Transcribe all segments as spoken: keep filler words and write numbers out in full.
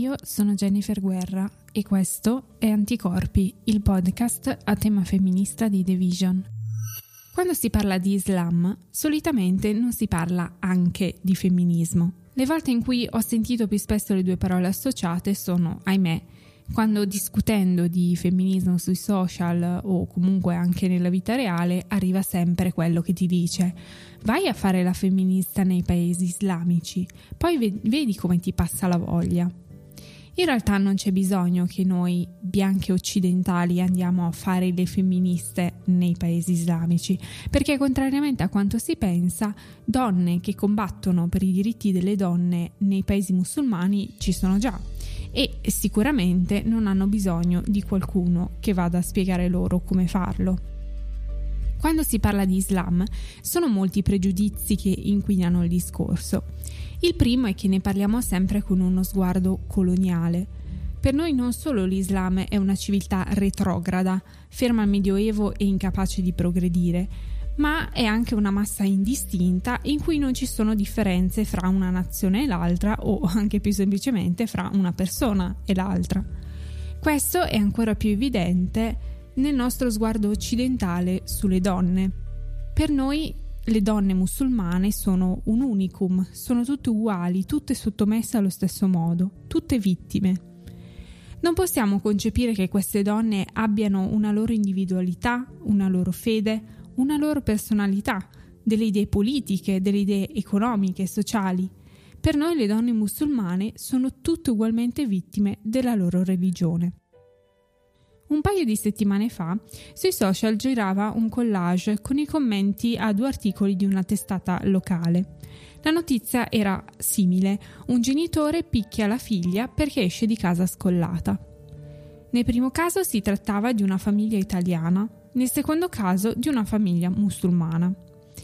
Io sono Jennifer Guerra e questo è Anticorpi, il podcast a tema femminista di The Vision. Quando si parla di Islam, solitamente non si parla anche di femminismo. Le volte in cui ho sentito più spesso le due parole associate sono, ahimè, quando discutendo di femminismo sui social o comunque anche nella vita reale arriva sempre quello che ti dice: vai a fare la femminista nei paesi islamici, poi vedi come ti passa la voglia. In realtà non c'è bisogno che noi bianche occidentali andiamo a fare le femministe nei paesi islamici, perché contrariamente a quanto si pensa, donne che combattono per i diritti delle donne nei paesi musulmani ci sono già e sicuramente non hanno bisogno di qualcuno che vada a spiegare loro come farlo. Quando si parla di Islam, sono molti i pregiudizi che inquinano il discorso. Il primo è che ne parliamo sempre con uno sguardo coloniale. Per noi non solo l'Islam è una civiltà retrograda, ferma al Medioevo e incapace di progredire, ma è anche una massa indistinta in cui non ci sono differenze fra una nazione e l'altra o anche più semplicemente fra una persona e l'altra. Questo è ancora più evidente nel nostro sguardo occidentale sulle donne. Per noi le donne musulmane sono un unicum, sono tutte uguali, tutte sottomesse allo stesso modo, tutte vittime. Non possiamo concepire che queste donne abbiano una loro individualità, una loro fede, una loro personalità, delle idee politiche, delle idee economiche e sociali. Per noi le donne musulmane sono tutte ugualmente vittime della loro religione. Un paio di settimane fa sui social girava un collage con i commenti a due articoli di una testata locale. La notizia era simile: un genitore picchia la figlia perché esce di casa scollata. Nel primo caso si trattava di una famiglia italiana, nel secondo caso di una famiglia musulmana.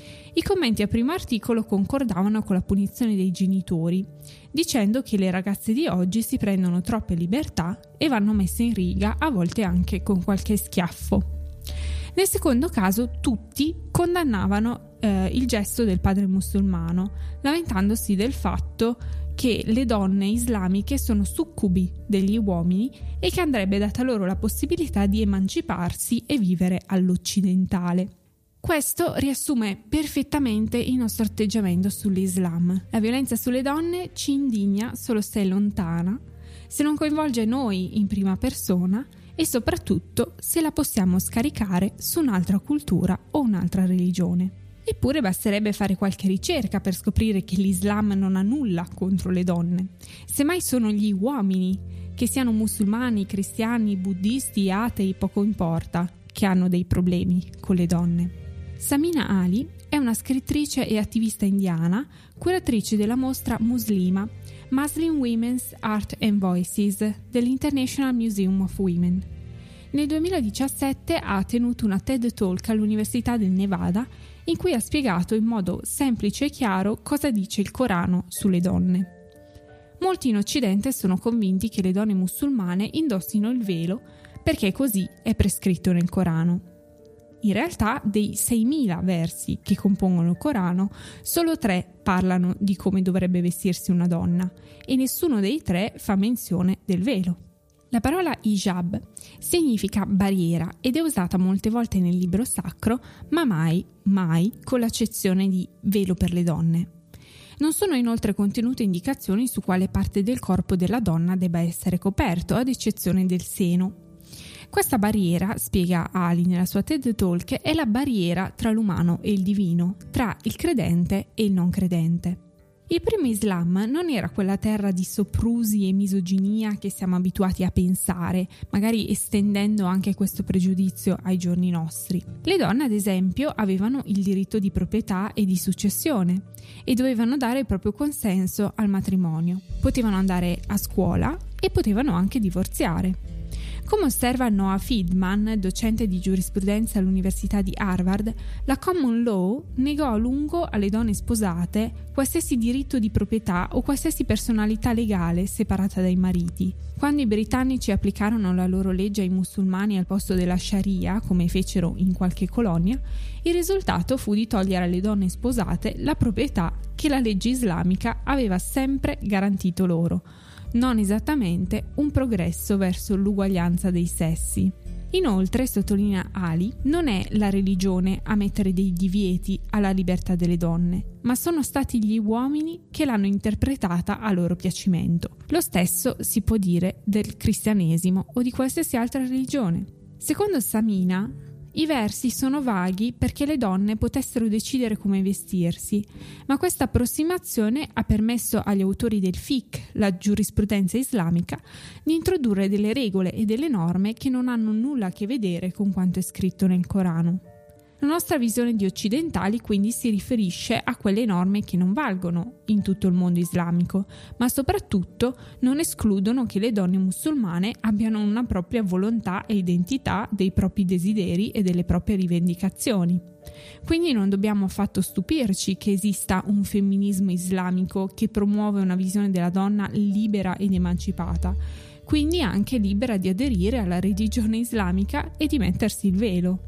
I commenti al primo articolo concordavano con la punizione dei genitori, dicendo che le ragazze di oggi si prendono troppe libertà e vanno messe in riga, a volte anche con qualche schiaffo. Nel secondo caso tutti condannavano eh, il gesto del padre musulmano, lamentandosi del fatto che le donne islamiche sono succubi degli uomini e che andrebbe data loro la possibilità di emanciparsi e vivere all'occidentale. Questo riassume perfettamente il nostro atteggiamento sull'Islam. La violenza sulle donne ci indigna solo se è lontana, se non coinvolge noi in prima persona e soprattutto se la possiamo scaricare su un'altra cultura o un'altra religione. Eppure basterebbe fare qualche ricerca per scoprire che l'Islam non ha nulla contro le donne. Semmai sono gli uomini, che siano musulmani, cristiani, buddisti, atei, poco importa, che hanno dei problemi con le donne. Samina Ali è una scrittrice e attivista indiana, curatrice della mostra muslima Muslim Women's Art and Voices dell'International Museum of Women. Nel duemiladiciassette ha tenuto una TED Talk all'Università del Nevada in cui ha spiegato in modo semplice e chiaro cosa dice il Corano sulle donne. Molti in Occidente sono convinti che le donne musulmane indossino il velo perché così è prescritto nel Corano. In realtà, dei seimila versi che compongono il Corano, solo tre parlano di come dovrebbe vestirsi una donna e nessuno dei tre fa menzione del velo. La parola hijab significa barriera ed è usata molte volte nel libro sacro, ma mai, mai con l'accezione di velo per le donne. Non sono inoltre contenute indicazioni su quale parte del corpo della donna debba essere coperto, ad eccezione del seno. Questa barriera, spiega Ali nella sua TED Talk, è la barriera tra l'umano e il divino, tra il credente e il non credente. Il primo Islam non era quella terra di soprusi e misoginia che siamo abituati a pensare, magari estendendo anche questo pregiudizio ai giorni nostri. Le donne, ad esempio, avevano il diritto di proprietà e di successione e dovevano dare il proprio consenso al matrimonio. Potevano andare a scuola e potevano anche divorziare. Come osserva Noah Feldman, docente di giurisprudenza all'Università di Harvard, la common law negò a lungo alle donne sposate qualsiasi diritto di proprietà o qualsiasi personalità legale separata dai mariti. Quando i britannici applicarono la loro legge ai musulmani al posto della Sharia, come fecero in qualche colonia, il risultato fu di togliere alle donne sposate la proprietà che la legge islamica aveva sempre garantito loro. non esattamente un progresso verso l'uguaglianza dei sessi. Inoltre, sottolinea Ali, non è la religione a mettere dei divieti alla libertà delle donne, ma sono stati gli uomini che l'hanno interpretata a loro piacimento. Lo stesso si può dire del cristianesimo o di qualsiasi altra religione. Secondo Samina, i versi sono vaghi perché le donne potessero decidere come vestirsi, ma questa approssimazione ha permesso agli autori del fiqh, la giurisprudenza islamica, di introdurre delle regole e delle norme che non hanno nulla a che vedere con quanto è scritto nel Corano. La nostra visione di occidentali quindi si riferisce a quelle norme che non valgono in tutto il mondo islamico, ma soprattutto non escludono che le donne musulmane abbiano una propria volontà e identità dei propri desideri e delle proprie rivendicazioni. Quindi non dobbiamo affatto stupirci che esista un femminismo islamico che promuove una visione della donna libera ed emancipata, quindi anche libera di aderire alla religione islamica e di mettersi il velo.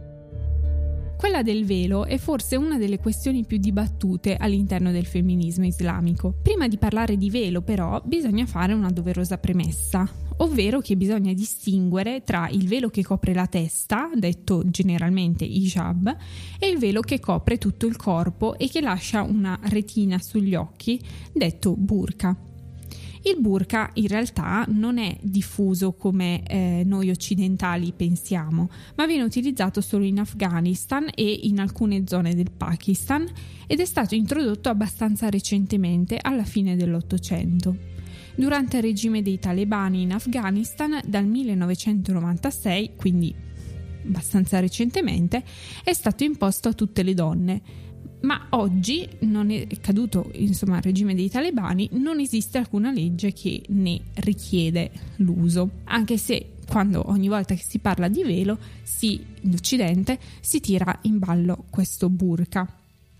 Quella del velo è forse una delle questioni più dibattute all'interno del femminismo islamico. Prima di parlare di velo, però, bisogna fare una doverosa premessa, ovvero che bisogna distinguere tra il velo che copre la testa, detto generalmente hijab, e il velo che copre tutto il corpo e che lascia una retina sugli occhi, detto burqa. Il burqa in realtà non è diffuso come eh, noi occidentali pensiamo, ma viene utilizzato solo in Afghanistan e in alcune zone del Pakistan ed è stato introdotto abbastanza recentemente, alla fine dell'Ottocento. Durante il regime dei talebani in Afghanistan dal millenovecentonovantasei, quindi abbastanza recentemente, è stato imposto a tutte le donne. Ma oggi, non è caduto insomma il regime dei talebani, non esiste alcuna legge che ne richiede l'uso, anche se quando ogni volta che si parla di velo si, in Occidente si tira in ballo questo burqa.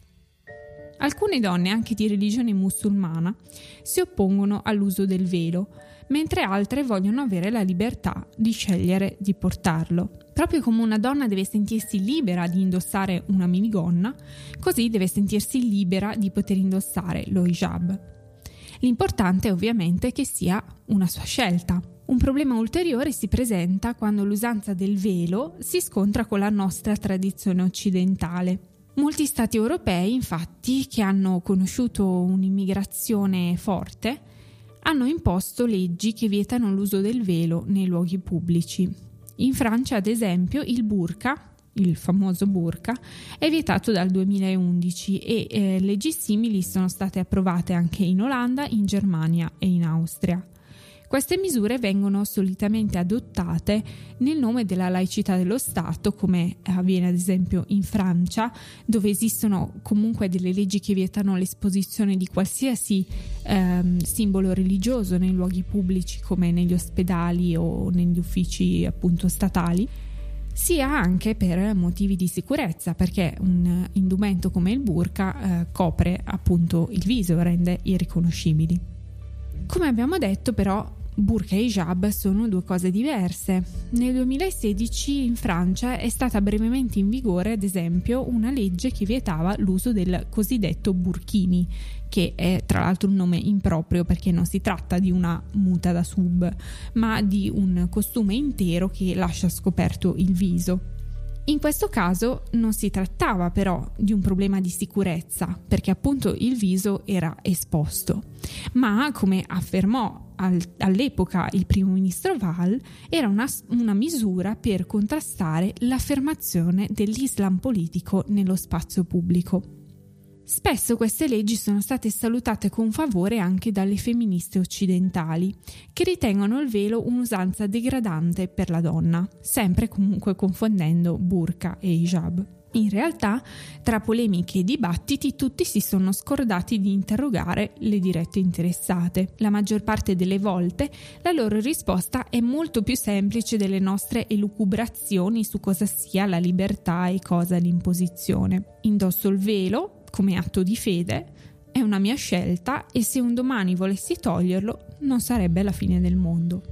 Alcune donne, anche di religione musulmana, si oppongono all'uso del velo, mentre altre vogliono avere la libertà di scegliere di portarlo. Proprio come una donna deve sentirsi libera di indossare una minigonna, così deve sentirsi libera di poter indossare lo hijab. L'importante è ovviamente che sia una sua scelta. Un problema ulteriore si presenta quando l'usanza del velo si scontra con la nostra tradizione occidentale. Molti stati europei, infatti, che hanno conosciuto un'immigrazione forte, hanno imposto leggi che vietano l'uso del velo nei luoghi pubblici. In Francia, ad esempio, il burqa, il famoso burqa, è vietato dal duemilaundici e eh, leggi simili sono state approvate anche in Olanda, in Germania e in Austria. Queste misure vengono solitamente adottate nel nome della laicità dello Stato, come avviene ad esempio in Francia, dove esistono comunque delle leggi che vietano l'esposizione di qualsiasi ehm, simbolo religioso nei luoghi pubblici, come negli ospedali o negli uffici appunto statali, sia anche per motivi di sicurezza, perché un indumento come il burqa eh, copre appunto il viso, rende irriconoscibili. Come abbiamo detto, però, burqa e hijab sono due cose diverse. Nel duemilasedici in Francia è stata brevemente in vigore, ad esempio, una legge che vietava l'uso del cosiddetto burkini, che è tra l'altro un nome improprio perché non si tratta di una muta da sub, ma di un costume intero che lascia scoperto il viso. In questo caso non si trattava però di un problema di sicurezza, perché appunto il viso era esposto, ma, come affermò al, all'epoca il primo ministro Val, era una, una misura per contrastare l'affermazione dell'Islam politico nello spazio pubblico. Spesso queste leggi sono state salutate con favore anche dalle femministe occidentali, che ritengono il velo un'usanza degradante per la donna, sempre comunque confondendo burqa e hijab. In realtà, tra polemiche e dibattiti, tutti si sono scordati di interrogare le dirette interessate. La maggior parte delle volte la loro risposta è molto più semplice delle nostre elucubrazioni su cosa sia la libertà e cosa l'imposizione. Indosso il velo come atto di fede, è una mia scelta e se un domani volessi toglierlo non sarebbe la fine del mondo.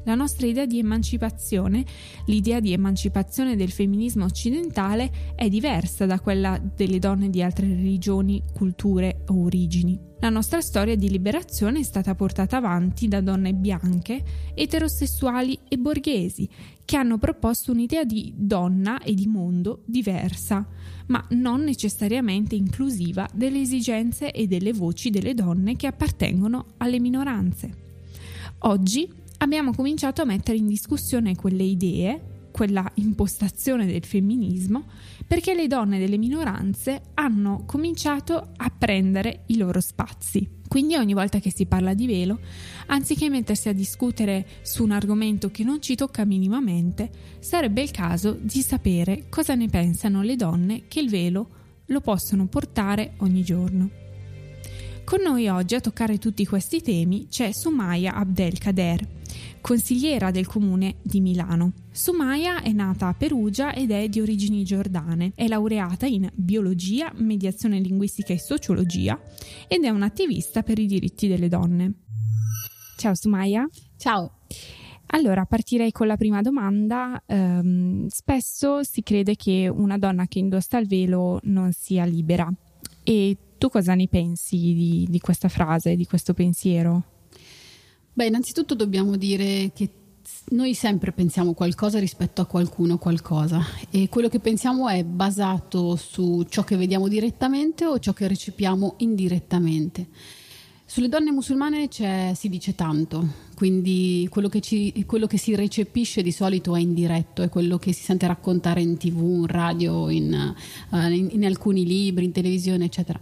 La nostra idea di emancipazione, l'idea di emancipazione del femminismo occidentale, è diversa da quella delle donne di altre religioni, culture o origini. La nostra storia di liberazione è stata portata avanti da donne bianche, eterosessuali e borghesi, che hanno proposto un'idea di donna e di mondo diversa, ma non necessariamente inclusiva delle esigenze e delle voci delle donne che appartengono alle minoranze. Oggi abbiamo cominciato a mettere in discussione quelle idee, quella impostazione del femminismo, perché le donne delle minoranze hanno cominciato a prendere i loro spazi. Quindi ogni volta che si parla di velo, anziché mettersi a discutere su un argomento che non ci tocca minimamente, sarebbe il caso di sapere cosa ne pensano le donne che il velo lo possono portare ogni giorno. Con noi oggi a toccare tutti questi temi c'è Sumaya Abdelkader, consigliera del comune di Milano. Sumaya è nata a Perugia ed è di origini giordane. È laureata in biologia, mediazione linguistica e sociologia ed è un'attivista per i diritti delle donne. Ciao Sumaya. Ciao. Allora, partirei con la prima domanda. Um, spesso si crede che una donna che indossa il velo non sia libera. E tu cosa ne pensi di, di questa frase, di questo pensiero? Beh, innanzitutto dobbiamo dire che noi sempre pensiamo qualcosa rispetto a qualcuno qualcosa e quello che pensiamo è basato su ciò che vediamo direttamente o ciò che recepiamo indirettamente. Sulle donne musulmane c'è, si dice tanto, quindi quello che, ci, quello che si recepisce di solito è indiretto, è quello che si sente raccontare in tv, in radio, in, uh, in, in alcuni libri, in televisione, eccetera.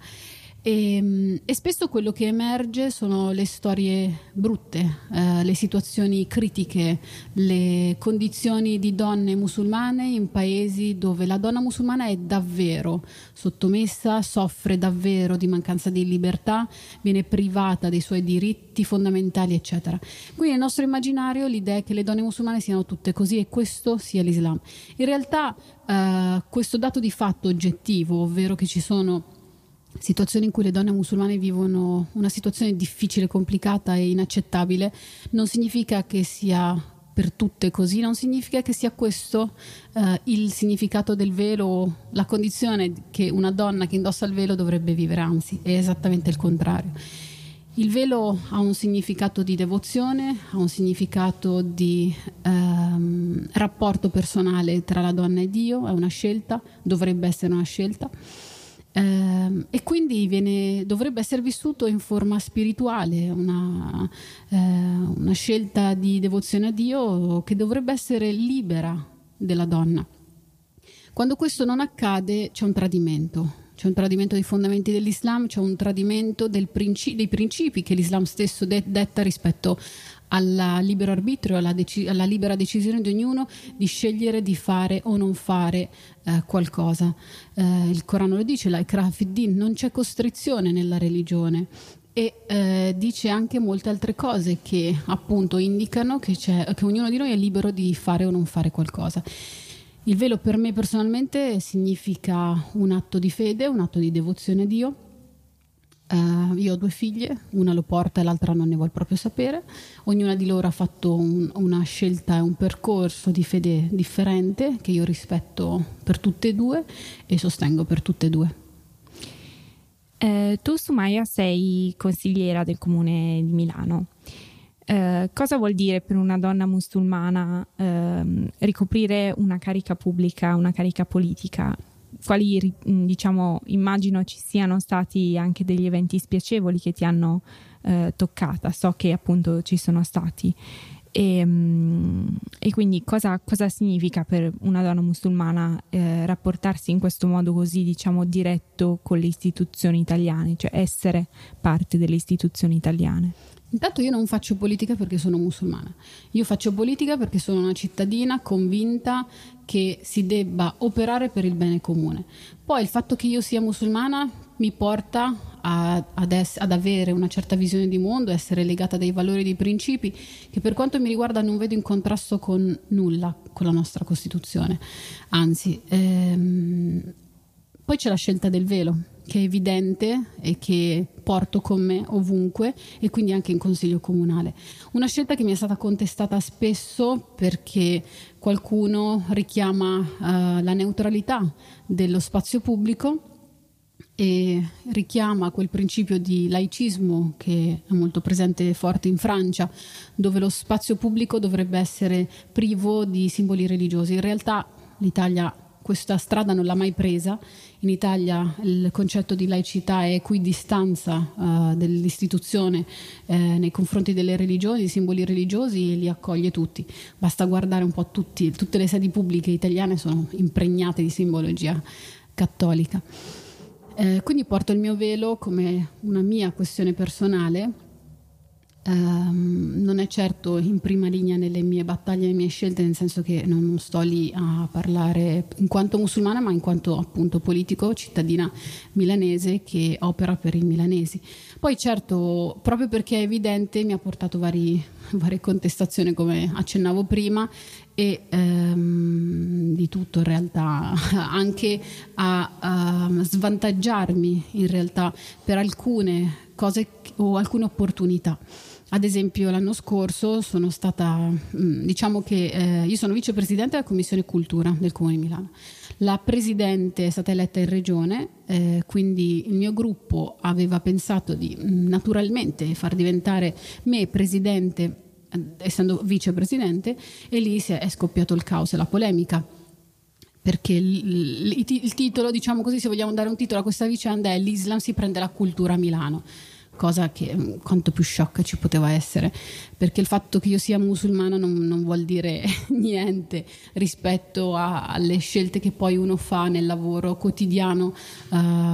E, e spesso quello che emerge sono le storie brutte, eh, le situazioni critiche, le condizioni di donne musulmane in paesi dove la donna musulmana è davvero sottomessa, soffre davvero di mancanza di libertà, viene privata dei suoi diritti fondamentali, eccetera. Quindi nel nostro immaginario l'idea è che le donne musulmane siano tutte così e questo sia l'Islam. In realtà eh, questo dato di fatto oggettivo, ovvero che ci sono situazioni in cui le donne musulmane vivono una situazione difficile, complicata e inaccettabile, non significa che sia per tutte così, non significa che sia questo eh, il significato del velo, la condizione che una donna che indossa il velo dovrebbe vivere, anzi è esattamente il contrario. Il velo ha un significato di devozione, ha un significato di ehm, rapporto personale tra la donna e Dio, è una scelta, dovrebbe essere una scelta. Uh, e quindi viene, dovrebbe essere vissuto in forma spirituale, una, uh, una scelta di devozione a Dio che dovrebbe essere libera della donna. Quando questo non accade c'è un tradimento, c'è un tradimento dei fondamenti dell'Islam, c'è un tradimento del princi- dei principi che l'Islam stesso de- detta rispetto al libero arbitrio, alla, dec- alla libera decisione di ognuno di scegliere di fare o non fare eh, qualcosa. Eh, il Corano lo dice, la ikrah fid din, non c'è costrizione nella religione. E eh, dice anche molte altre cose che appunto indicano che, c'è, che ognuno di noi è libero di fare o non fare qualcosa. Il velo per me personalmente significa un atto di fede, un atto di devozione a Dio. Uh, io ho due figlie, una lo porta e l'altra non ne vuol proprio sapere. Ognuna di loro ha fatto un, una scelta e un percorso di fede differente che io rispetto per tutte e due e sostengo per tutte e due. Eh, tu Sumaya sei consigliera del comune di Milano. Eh, cosa vuol dire per una donna musulmana eh, ricoprire una carica pubblica, una carica politica? Quali, diciamo, immagino ci siano stati anche degli eventi spiacevoli che ti hanno eh, toccata, so che appunto ci sono stati. E, e quindi cosa, cosa significa per una donna musulmana eh, rapportarsi in questo modo così, diciamo, diretto con le istituzioni italiane, cioè essere parte delle istituzioni italiane? Intanto io non faccio politica perché sono musulmana, io faccio politica perché sono una cittadina convinta che si debba operare per il bene comune. Poi il fatto che io sia musulmana mi porta a, ad, es- ad avere una certa visione di mondo, essere legata a dei valori e dei principi che per quanto mi riguarda non vedo in contrasto con nulla, con la nostra Costituzione. Anzi, ehm, poi c'è la scelta del velo, che è evidente e che porto con me ovunque, e quindi anche in consiglio comunale. Una scelta che mi è stata contestata spesso perché qualcuno richiama uh, la neutralità dello spazio pubblico e richiama quel principio di laicismo che è molto presente e forte in Francia, dove lo spazio pubblico dovrebbe essere privo di simboli religiosi. In realtà l'Italia questa strada non l'ha mai presa. In Italia il concetto di laicità è equidistanza uh, dell'istituzione eh, nei confronti delle religioni, i simboli religiosi, e li accoglie tutti. Basta guardare un po' tutti, tutte le sedi pubbliche italiane sono impregnate di simbologia cattolica. Eh, quindi porto il mio velo come una mia questione personale. Um, non è certo in prima linea nelle mie battaglie, nelle mie scelte, nel senso che non sto lì a parlare in quanto musulmana, ma in quanto appunto politico, cittadina milanese che opera per i milanesi. Poi certo, proprio perché è evidente, mi ha portato vari, varie contestazioni, come accennavo prima, e um, di tutto in realtà, anche a, a svantaggiarmi in realtà per alcune cose o alcune opportunità. Ad esempio l'anno scorso sono stata, diciamo che eh, io sono vicepresidente della Commissione Cultura del Comune di Milano. La presidente è stata eletta in regione, eh, quindi il mio gruppo aveva pensato di naturalmente far diventare me presidente, essendo vicepresidente, e lì si è, è scoppiato il caos e la polemica. Perché il, il, il titolo, diciamo così, se vogliamo dare un titolo a questa vicenda, è "L'Islam si prende la cultura a Milano", cosa che quanto più shock ci poteva essere, perché il fatto che io sia musulmana non, non vuol dire niente rispetto a, alle scelte che poi uno fa nel lavoro quotidiano uh,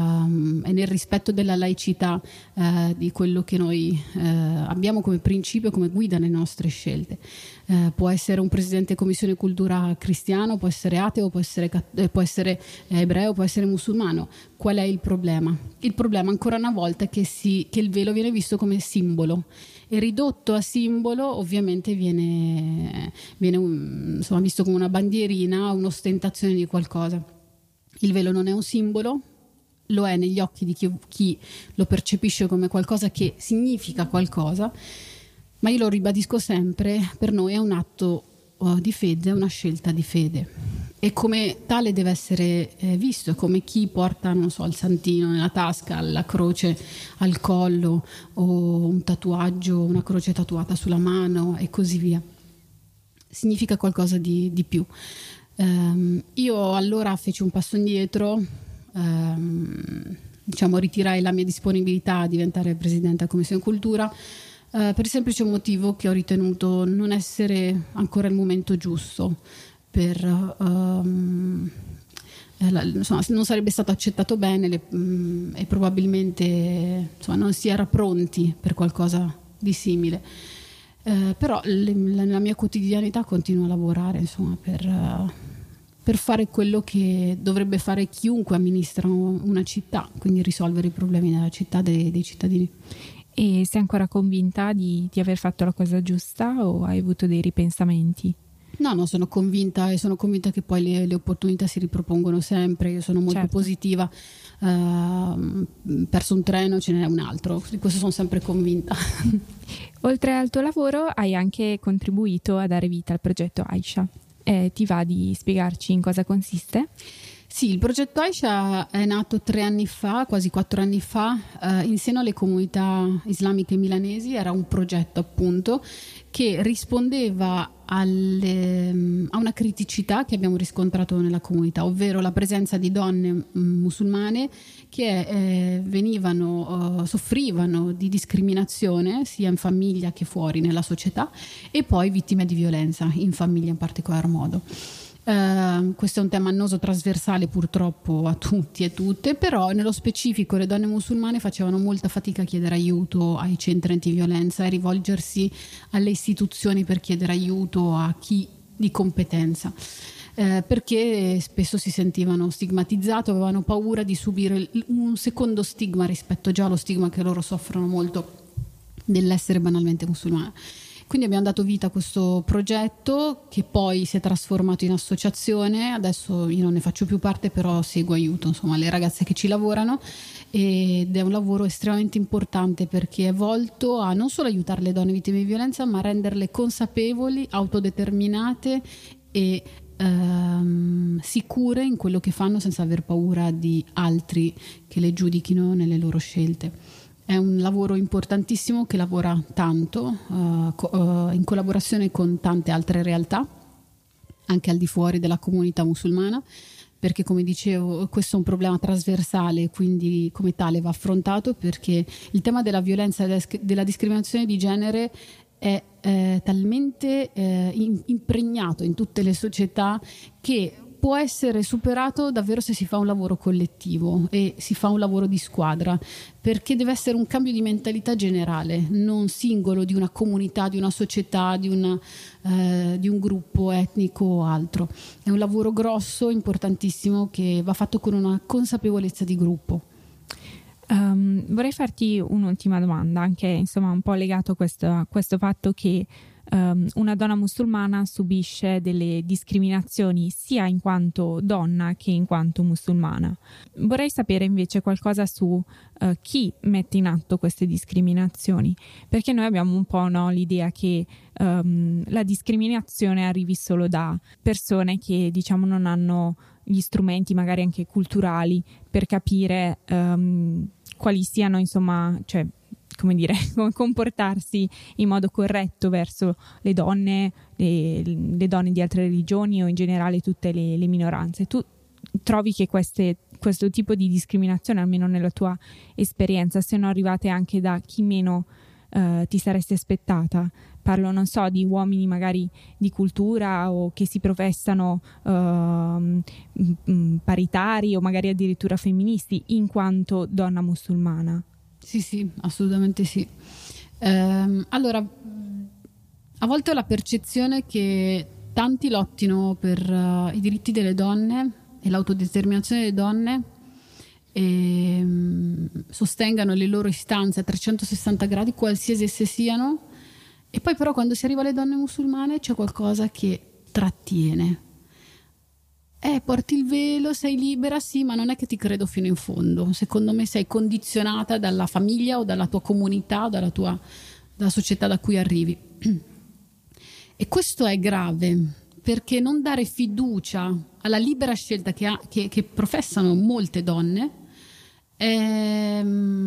e nel rispetto della laicità, uh, di quello che noi uh, abbiamo come principio, come guida nelle nostre scelte. Uh, può essere un presidente commissione cultura cristiano, può essere ateo, può essere, eh, può essere ebreo, può essere musulmano. Qual è il problema? Il problema ancora una volta è che, si, che il velo viene visto come simbolo, e ridotto a simbolo ovviamente viene, viene insomma, visto come una bandierina, un'ostentazione di qualcosa. Il velo non è un simbolo, lo è negli occhi di chi, chi lo percepisce come qualcosa che significa qualcosa, ma io lo ribadisco sempre, per noi è un atto uh, di fede, è una scelta di fede, e come tale deve essere eh, visto. È come chi porta, non so, il santino nella tasca, la croce al collo, o un tatuaggio, una croce tatuata sulla mano e così via. Significa qualcosa di, di più. Um, io allora feci un passo indietro, um, diciamo ritirai la mia disponibilità a diventare presidente della Commissione Cultura, uh, per il semplice motivo che ho ritenuto non essere ancora il momento giusto per um, la, insomma, non sarebbe stato accettato bene le, um, e probabilmente insomma, non si era pronti per qualcosa di simile. Uh, però le, la, nella mia quotidianità continuo a lavorare, insomma, per, uh, per fare quello che dovrebbe fare chiunque amministra una città, quindi risolvere i problemi della città, dei, dei cittadini. E sei ancora convinta di, di aver fatto la cosa giusta, o hai avuto dei ripensamenti? No, no, sono convinta, e sono convinta che poi le, le opportunità si ripropongono sempre. Io sono molto certo. positiva, uh, perso un treno, ce n'è un altro, di questo sono sempre convinta. Oltre al tuo lavoro hai anche contribuito a dare vita al progetto Aisha. Eh, ti va di spiegarci in cosa consiste? Sì, il progetto Aisha è nato tre anni fa, quasi quattro anni fa, eh, in seno alle comunità islamiche milanesi. Era un progetto appunto che rispondeva alle, a una criticità che abbiamo riscontrato nella comunità, ovvero la presenza di donne mh, musulmane che eh, venivano, uh, soffrivano di discriminazione sia in famiglia che fuori nella società, e poi vittime di violenza in famiglia in particolar modo. Uh, questo è un tema annoso, trasversale purtroppo a tutti e tutte, però nello specifico le donne musulmane facevano molta fatica a chiedere aiuto ai centri antiviolenza e rivolgersi alle istituzioni per chiedere aiuto a chi di competenza, uh, perché spesso si sentivano stigmatizzate, avevano paura di subire un secondo stigma rispetto già allo stigma che loro soffrono molto dell'essere banalmente musulmane. Quindi abbiamo dato vita a questo progetto che poi si è trasformato in associazione. Adesso io non ne faccio più parte, però seguo, aiuto insomma le ragazze che ci lavorano, ed è un lavoro estremamente importante perché è volto a non solo aiutare le donne vittime di violenza, ma a renderle consapevoli, autodeterminate e ehm, sicure in quello che fanno, senza aver paura di altri che le giudichino nelle loro scelte. È un lavoro importantissimo che lavora tanto uh, co- uh, in collaborazione con tante altre realtà, anche al di fuori della comunità musulmana, perché come dicevo questo è un problema trasversale, quindi come tale va affrontato, perché il tema della violenza e della discriminazione di genere è eh, talmente eh, in- impregnato in tutte le società che può essere superato davvero se si fa un lavoro collettivo e si fa un lavoro di squadra, perché deve essere un cambio di mentalità generale, non singolo di una comunità, di una società, di, una, eh, di un gruppo etnico o altro. È un lavoro grosso, importantissimo, che va fatto con una consapevolezza di gruppo. Um, vorrei farti un'ultima domanda, anche insomma un po' legato a questo, a questo fatto che um, una donna musulmana subisce delle discriminazioni sia in quanto donna che in quanto musulmana. Vorrei sapere invece qualcosa su uh, chi mette in atto queste discriminazioni, perché noi abbiamo un po', no, l'idea che um, la discriminazione arrivi solo da persone che diciamo non hanno gli strumenti magari anche culturali per capire um, quali siano, insomma, cioè come dire, come comportarsi in modo corretto verso le donne, le, le donne di altre religioni o in generale tutte le, le minoranze. Tu trovi che queste, questo tipo di discriminazione, almeno nella tua esperienza, siano arrivate anche da chi meno uh, ti saresti aspettata? Parlo, non so, di uomini magari di cultura o che si professano uh, paritari o magari addirittura femministi in quanto donna musulmana. Sì, sì, assolutamente sì. Ehm, allora, a volte ho la percezione che tanti lottino per uh, i diritti delle donne e l'autodeterminazione delle donne e um, sostengano le loro istanze a trecentosessanta gradi, qualsiasi esse siano. E poi però quando si arriva alle donne musulmane c'è qualcosa che trattiene. Eh, porti il velo, sei libera, sì, ma non è che ti credo fino in fondo. Secondo me sei condizionata dalla famiglia o dalla tua comunità o dalla tua dalla società da cui arrivi. E questo è grave, perché non dare fiducia alla libera scelta che, ha, che, che professano molte donne è,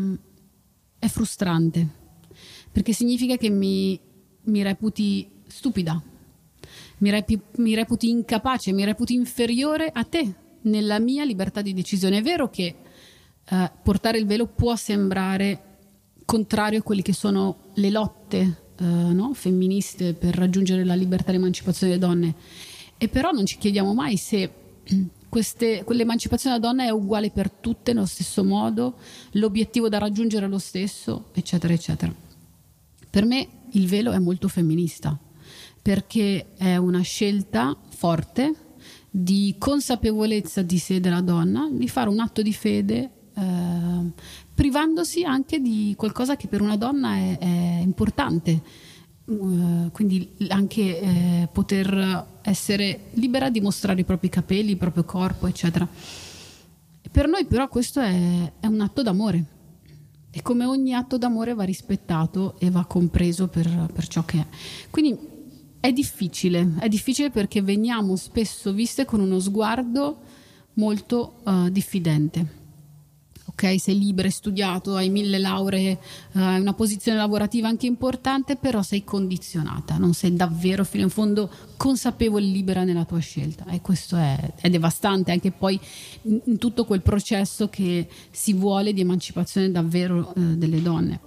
è frustrante, perché significa che mi mi reputi stupida, mi, repi, mi reputi incapace, mi reputi inferiore a te nella mia libertà di decisione. È vero che eh, portare il velo può sembrare contrario a quelle che sono le lotte eh, no? femministe per raggiungere la libertà e l'emancipazione delle donne, e però non ci chiediamo mai se queste, quell'emancipazione della donna è uguale per tutte nello stesso modo, l'obiettivo da raggiungere è lo stesso, eccetera eccetera. Per me il velo è molto femminista, perché è una scelta forte di consapevolezza di sé della donna, di fare un atto di fede eh, privandosi anche di qualcosa che per una donna è, è importante, uh, quindi anche eh, poter essere libera di mostrare i propri capelli, il proprio corpo, eccetera. Per noi però questo è, è un atto d'amore. E come ogni atto d'amore va rispettato e va compreso per, per ciò che è. Quindi è difficile, è difficile perché veniamo spesso viste con uno sguardo molto uh, diffidente. Ok, sei libera, hai studiato, hai mille lauree, uh, hai una posizione lavorativa anche importante, però sei condizionata, non sei davvero fino in fondo consapevole e libera nella tua scelta, e questo è, è devastante anche poi in, in tutto quel processo che si vuole di emancipazione davvero uh, delle donne.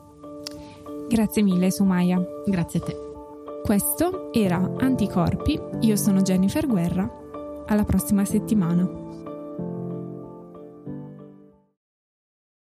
Grazie mille Soumaia. Grazie a te. Questo era Anticorpi, io sono Jennifer Guerra, alla prossima settimana.